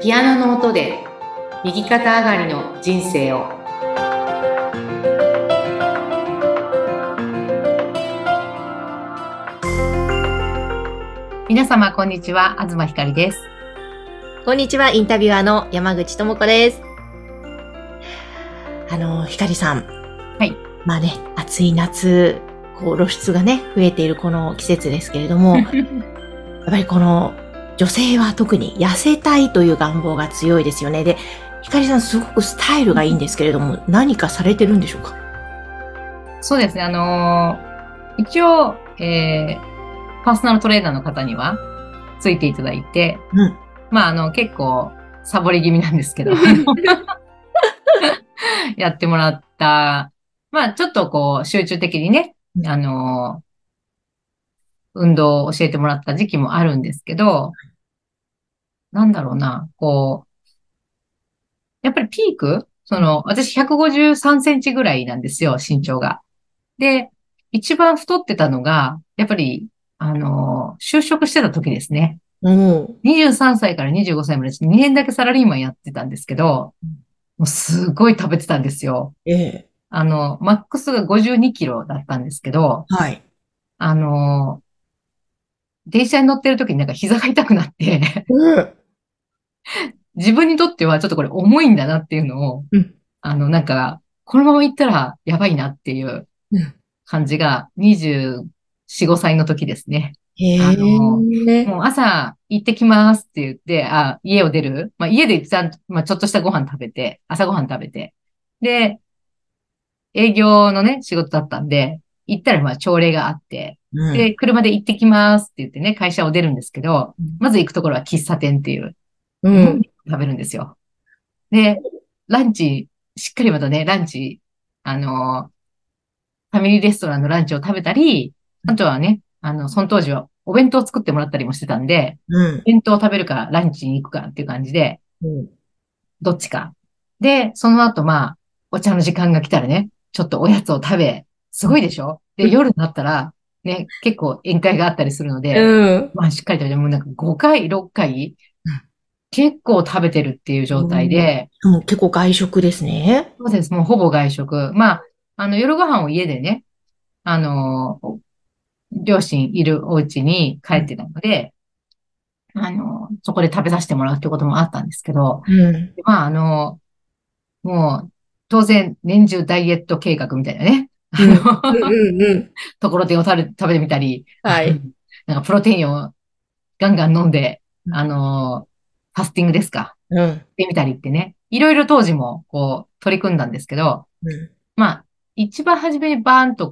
ピアノの音で右肩上がりの人生を。皆様こんにちは、東ひかりです。 こんにちは、インタビュアーの山口智子です。ひかりさん。 はい。 まあね、暑い夏、露出がね、増えているこの季節ですけれども、やっぱりこの女性は特に痩せたいという願望が強いですよね。で、ひかりさんすごくスタイルがいいんですけれども、何かされてるんでしょうか？ そうですね、一応、パーソナルトレーナーの方にはついていただいて、 うん。 結構サボり気味なんですけど、やってもらった、ちょっと集中的にね、あの運動を教えてもらった時期もあるんですけど、なんだろうな、やっぱりピーク私153センチぐらいなんですよ、身長が。で、一番太ってたのが、やっぱり、就職してた時ですね。 うん。 23歳から25歳まで2年だけサラリーマンやってたんですけど、もうすごい食べてたんですよ。 ええ。 マックスが52キロだったんですけど、 はい。 あの、電車に乗ってる時になんか膝が痛くなってうん。 自分にとってはちょっとこれ重いんだなっていうのを、 うん。 このまま行ったらやばいなっていううん。 感じが24、5歳の時ですね。 へえ。 もう朝行ってきますって言って、家を出る。家でちゃんと、ちょっとしたご飯食べて、朝ご飯食べて。で、営業のね、仕事だったんで、行ったら朝礼があって、で、 うん。 車で行ってきますって言ってね、会社を出るんですけど、まず行くところは喫茶店っていう、もううん。 食べるんですよ。で、ランチ、しっかりまたね、ランチ、あの、ファミリーレストランのランチを食べたり、あとはね、その当時はお弁当を作ってもらったりもしてたんで、 うん。 弁当を食べるかランチに行くかっていう感じで、 うん。 どっちか。で、その後お茶の時間が来たらね、ちょっとおやつを食べ、すごいでしょ？で、夜になったら、ね、結構宴会があったりするのうで、 ん。 しっかり食べて、もうなんか5回、6回、結構食べてるっていう状態うん。 で、 もう結構外食ですね。 そうです。もうほぼ外食。夜ご飯を家でね、あの、両親いるお家に帰うん。 ってたので、そこで食べさせてもらうってこともあったんですけど、 うん。 でもう、当然、年中ダイエット計画みたいなね、 うん。うん。うん。 ところてんを食べてみたり、 はい。 なんかプロテインをガンガン飲んで、 うん。 ファスティングですか、 うん。 してみたりってね、いろいろ当時も取り組んだんですけど、 うん。 まあ、一番初めにバーンと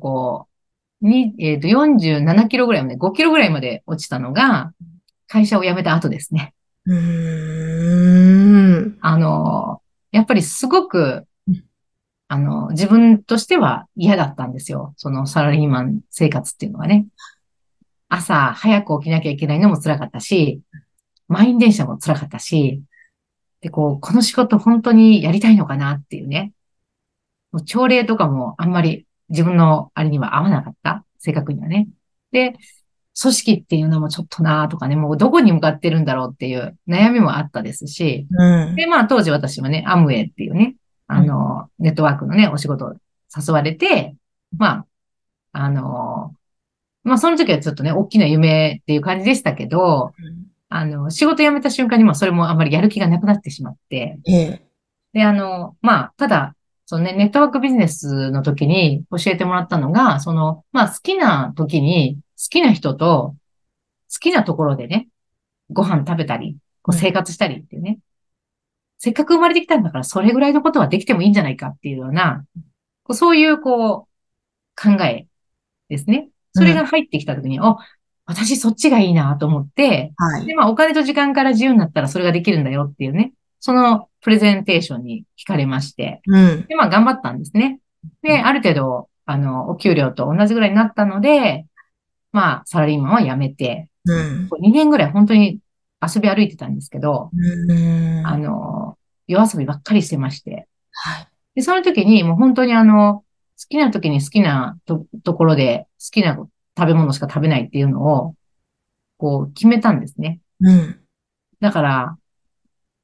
47キロぐらいまで、5キロぐらいまで落ちたのが、会社を辞めた後ですね。 うーん。 あの、やっぱりすごく、自分としては嫌だったんですよ。そのサラリーマン生活っていうのはね。朝早く起きなきゃいけないのも辛かったし、満員電車も辛かったし、で、この仕事本当にやりたいのかなっていうね。もう朝礼とかもあんまり自分のあれには合わなかった。正確にはね。で、組織っていうのもちょっとなとかね、もうどこに向かってるんだろうっていう悩みもあったですし、 うん。 で、当時私はね、アムウェイっていうね、 うん。 ネットワークのね、お仕事を誘われて、まあ、あの、その時はちょっとね、大きな夢っていう感じでしたけど、仕事辞めた瞬間にそれもあんまりやる気がなくなってしまって、 ええ。 で、ただ、そのね、ネットワークビジネスの時に教えてもらったのが、好きな時に好きな人と好きなところでね、ご飯食べたり、 うん。 生活したりっていうね。せっかく生まれてきたんだから、それぐらいのことはできてもいいんじゃないかっていうような、そういう考えですね。それうん。 が入ってきたときに、私そっちがいいなと思って、で、 はい。 お金と時間から自由になったらそれができるんだよっていうね。そのプレゼンテーションに惹かれまして。 うん。 で、頑張ったんですね。で、 うん。 ある程度、お給料と同じぐらいになったので、サラリーマンは辞めて、 うん。 2年ぐらい本当に遊び歩いてたんですけど、 うん。 あの、夜遊びばっかりしてまして。 はい。 で、その時にもう本当に好きな時に好きなところで好きな食べ物しか食べないっていうのを、決めたんですね。 うん。 だから、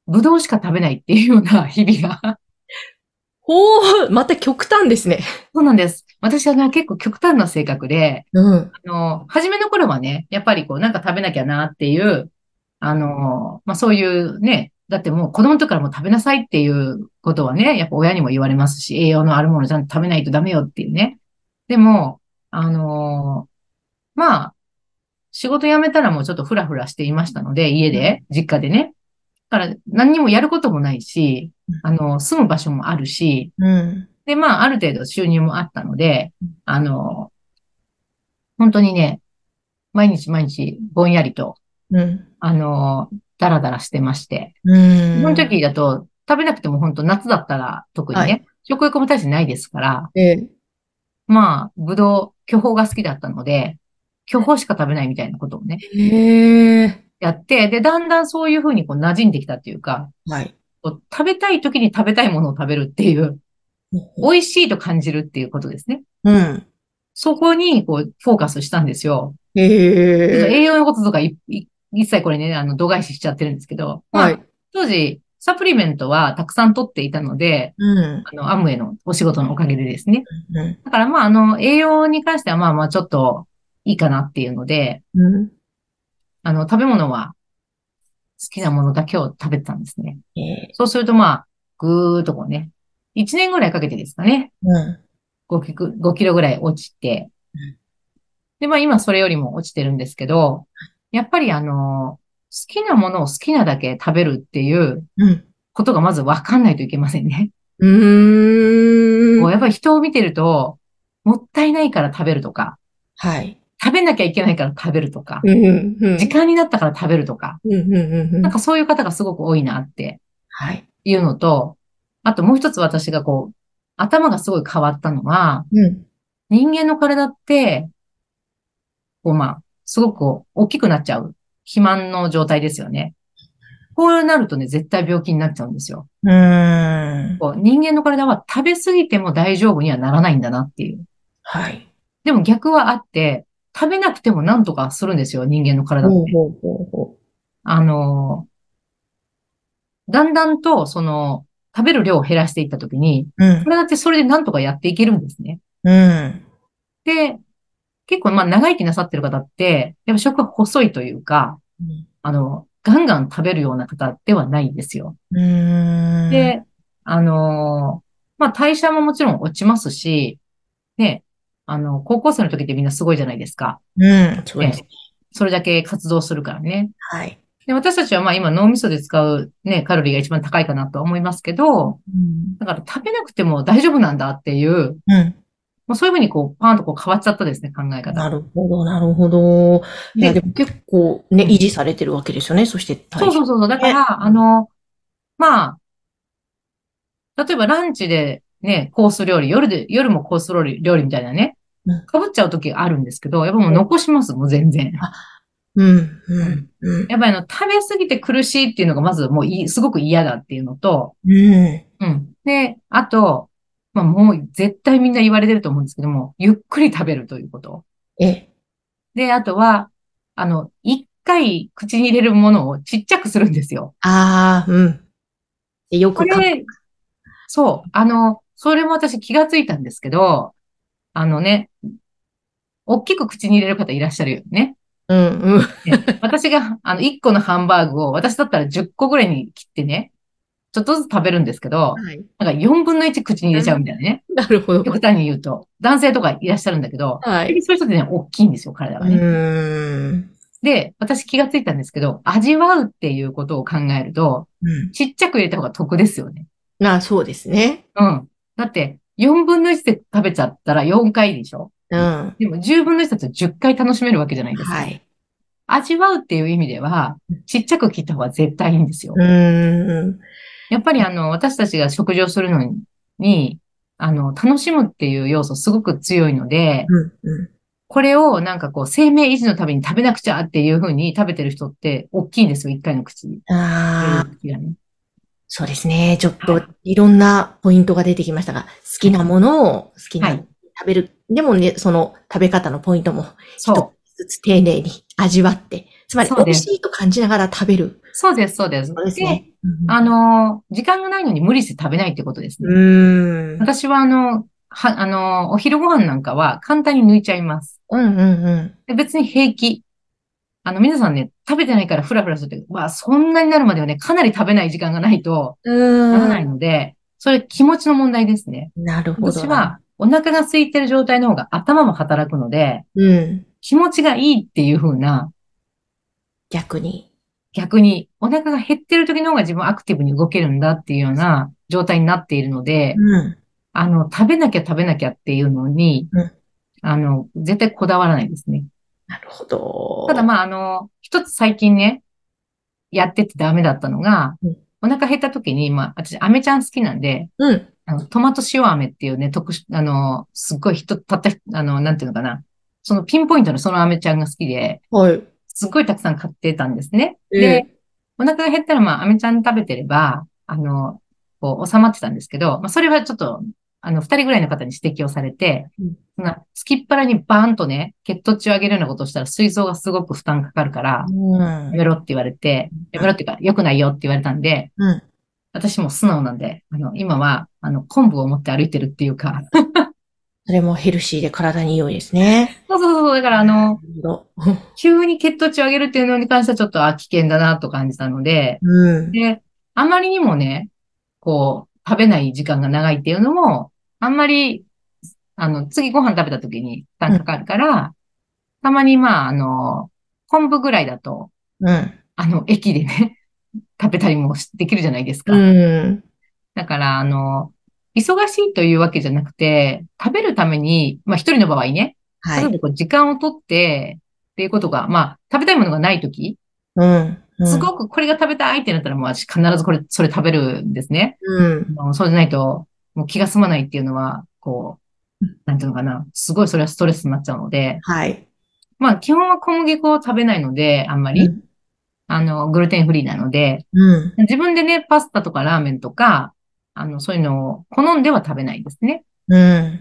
ぶどうしか食べないっていうような日々が。 ほう、また極端ですね。 そうなんです。私はね、結構極端な性格で、 うん。 初めの頃はね、やっぱりこう、なんか食べなきゃなっていう、そういうね、だってもう子供の時からもう食べなさいっていうことはね、やっぱ親にも言われますし、栄養のあるものちゃんと食べないとダメよっていうね。でも、まあ、仕事辞めたらもうちょっとフラフラしていましたので、家で、実家でね。だから何にもやることもないし、住む場所もあるし、 うん。 で、まあ、ある程度収入もあったので、あの、本当にね、毎日毎日ぼんやりと、 うん。 あの、ダラダラしてまして。 うそのん。 時だと、食べなくても本当夏だったら特にはい。 ね、食欲も大してないですから、 ええ。 まあ、ぶどう、巨峰が好きだったので、巨峰しか食べないみたいなことをね、 へえ。 やって、で、だんだんそういうふうにこう馴染んできたっていうか、 はい。 こう食べたい時に食べたいものを食べるっていう、 ほうほう。 美味しいと感じるっていうことですね。 うん。 そこにこうフォーカスしたんですよ。 へちょっと栄え。 養のこととか一切これね、度外視しちゃってるんですけど、まあ、 はい。 当時、サプリメントはたくさん取っていたので、 うん。 アムウェイのお仕事のおかげでですね。 うん。 だからまあ、栄養に関してはまあまあちょっといいかなっていうので、 うん。 食べ物は好きなものだけを食べてたんですね。 ええ。 そうするとまあ、ぐーっとこうね、1年ぐらいかけてですかね、 うん。 5キロぐらい落ちて、で、まあ今それよりも落ちてるんですけど、やっぱり好きなものを好きなだけ食べるっていううん。 ことがまず分かんないといけませんね。 うーん。 こうやっぱり人を見てると、もったいないから食べるとか、 はい。 食べなきゃいけないから食べるとか、 うん。うん。 時間になったから食べるとか、 うん。うん。うん。うん。 なんかそういう方がすごく多いなってはい。 いうのと、あともう一つ私がこう、頭がすごい変わったのは、 うん。 人間の体って、こうまあ、すごくこう大きくなっちゃう肥満の状態ですよね。こうなるとね、絶対病気になっちゃうんですよ。 うーん。 こう人間の体は食べ過ぎても大丈夫にはならないんだなっていう。 はい。 でも逆はあって、食べなくてもなんとかするんですよ、人間の体って。 ほうほうほうほあの、だんだんと、食べる量を減らしていったときに、 う。うん。 体ってそれでなんとかやっていけるんですね。 うん。 で、結構まあ長生きなさってる方って、やっぱ食が細いというか、 うん。 ガンガン食べるような方ではないんですよ。 うーん。 で、まあ代謝ももちろん落ちますし、ね、高校生の時ってみんなすごいじゃないですか。 うん。そうです。 ね、それだけ活動するからね。 はい。 で、私たちはまあ今脳みそで使うね、カロリーが一番高いかなとは思いますけど、 うん。 だから食べなくても大丈夫なんだっていう、 うん。 もうそういうふうにこう、パーンとこう変わっちゃったですね、考え方が。 なるほど、なるほど。いや、でで、 も結構ね、 うん、 維持されてるわけですよね。そして代謝そうそうそうそう。だかね。 ら、まあ、例えばランチでね、コース料理、夜もコース料理みたいなね、 うん。 被っちゃう時あるんですけど、やっぱもう残します、もう全然。 あ、うん、うん、 うん。 うん。 やっぱり食べ過ぎて苦しいっていうのがまずもうすごく嫌だっていうのと、 うん。 うん。で、あと、まあもう絶対みんな言われてると思うんですけども、ゆっくり食べるということ。 え、 で、あとは、一回口に入れるものをちっちゃくするんですよ。 ああ、うん。でよくか、 これ、そう、それも私気がついたんですけど、あのね、大きく口に入れる方いらっしゃるよね。 うん、うん。 ね、私が、1個のハンバーグを、私だったら10個ぐらいに切ってね、ちょっとずつ食べるんですけど、 はい。 なんか4分の1口に入れちゃうみたいなね。 なるほど。 極端に言うと、男性とかいらっしゃるんだけど、 はい。 そういう人ってね、大きいんですよ、体うがね。 ーん。 で、私気がついたんですけど、味わうっていうことを考えると、 うん。 ちっちゃく入れた方が得ですよね。 まあ、そうですね。 うん。だって、4分の1で食べちゃったら4回でしょ。 うん。 でも10分の1だと10回楽しめるわけじゃないですか。 はい。 味わうっていう意味では、ちっちゃく切った方が絶対いいんですうよ。 ーん。 やっぱり私たちが食事をするのに、楽しむっていう要素すごく強いので、 うん、うこれをなんかこう、生命維持のために食べなくちゃっていうふうに食べてる人って大きいんですよ、一回の口に。 ん。ああ、 口がね。 そうですね。ちょっとはい。 いろんなポイントが出てきましたが、好はい。 きなものを好きなはい。 食べる。でもね、その食べ方のポイントも一つでそすずつ丁寧に味わって、つまり美味そうです。 しいと感じながら食べる。 そうです、そうです。 そうですで、 ね。 時間がないのに無理して食べないってことですうね。 ん。うーん。 私はお昼ご飯なんかは簡単に抜いちゃいます。 うんうんうん。 で別に平気。皆さんね、食べてないからフラフラするって、まあ、そんなになるまではね、かなり食べない時間がないとうならないーん。 ので、それ気持ちの問題ですね。 なるほどな。 私は、お腹が空いてる状態の方が頭も働くので、 うん。 気持ちがいいっていう風な、 逆に。 逆に、お腹が減ってる時の方が自分アクティブに動けるんだっていうような状態になっているので、 うん。 食べなきゃ食べなきゃっていうのに、 うん。 絶対こだわらないですね。 なるほど。 ただまあ、一つ最近ね、やっててダメだったのが、 うん。 お腹減った時に、まあ、私、飴ちゃん好きなんで、 うん。 トマト塩飴っていうね、すっごいたった、なんていうのかな。そのピンポイントのその飴ちゃんが好きで、 はい。 すっごいたくさん買ってたんですね。で、 ええ。 お腹が減ったら、まあ、飴ちゃん食べてれば、収まってたんですけど、まあ、それはちょっと、二人ぐらいの方に指摘をされて、 うん。 そんな、すきっ腹にバーンとね、血糖値を上げるようなことをしたら、膵臓がすごく負担かかるから、 うん。 やめろって言われて、やめろっていうか、良くないよって言われたんで、 うん。 私も素直なんで、今は、昆布を持って歩いてるっていうか、 それもヘルシーで体に良いですね。 そうそうそう、だからなるほど。 急に血糖値を上げるっていうのに関してはちょっと、危険だなと感じたので、 うん。 で、あまりにもね、食べない時間が長いっていうのも、あんまり、次ご飯食べた時に負うん。 担かかるから、たまにまあ、昆布ぐらいだと、 うん。 駅でね、食べたりもできるじゃないですうか。 ん。 だから、忙しいというわけじゃなくて、食べるために、まあ一人の場合ね、 はい。 例えばこう時間をとってっていうことが、まあ食べたいものがないとき、 うん。うん。 すごくこれが食べたいってなったら、もう私必ずそれ食べるんですね。 うん。 そうじゃないと、もう気が済まないっていうのは、なんていうのかな、すごいそれはストレスになっちゃうので、 はい。 まあ基本は小麦粉を食べないので、あんまり、 うん。 グルテンフリーなので、 うん。 自分でね、パスタとかラーメンとか、そういうのを好んでは食べないですね。 うん。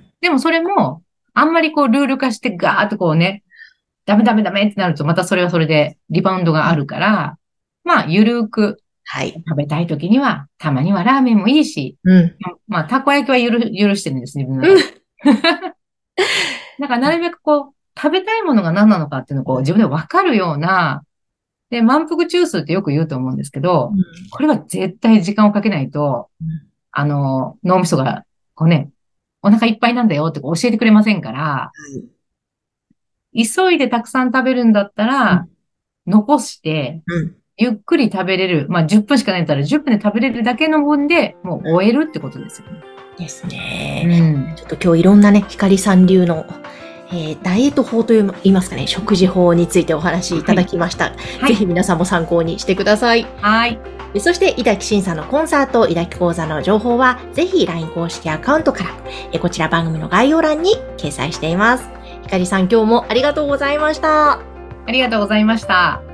でもそれも、あんまりルール化してガーッとね、ダメダメダメってなると、またそれはそれでリバウンドがあるから、まあ、ゆるーくはい。 食べたい時には、たまにはラーメンもいいし、 うん。 まあ、たこ焼きは許してるんです、自分の中で。 うん。 だからなるべく食べたいものが何なのかっていうのを自分でわかるような、で、満腹中枢ってよく言うと思うんですけど、これは絶対時間をかけないと、 うん。 脳みそが、お腹いっぱいなんだよって教えてくれませんから、 はい。 急いでたくさん食べるんだったら、 うん。 残して、 うん。 ゆっくり食べれる。まあ、10分しかないんだったら10分で食べれるだけの分でもう終えるってことですよね。 ですね。 うん。 ちょっと今日いろんなね、光さん流の、ダイエット法と言いますかね、食事法についてお話しいただはい。 きました。 はい。 ぜひ皆さんも参考にしてください。 はい。 そして、井崎慎さんのコンサート、井崎講座の情報は、ぜひ LINE 公式アカウントから、こちら番組の概要欄に掲載しています。光さん、今日もありがとうございました。 ありがとうございました。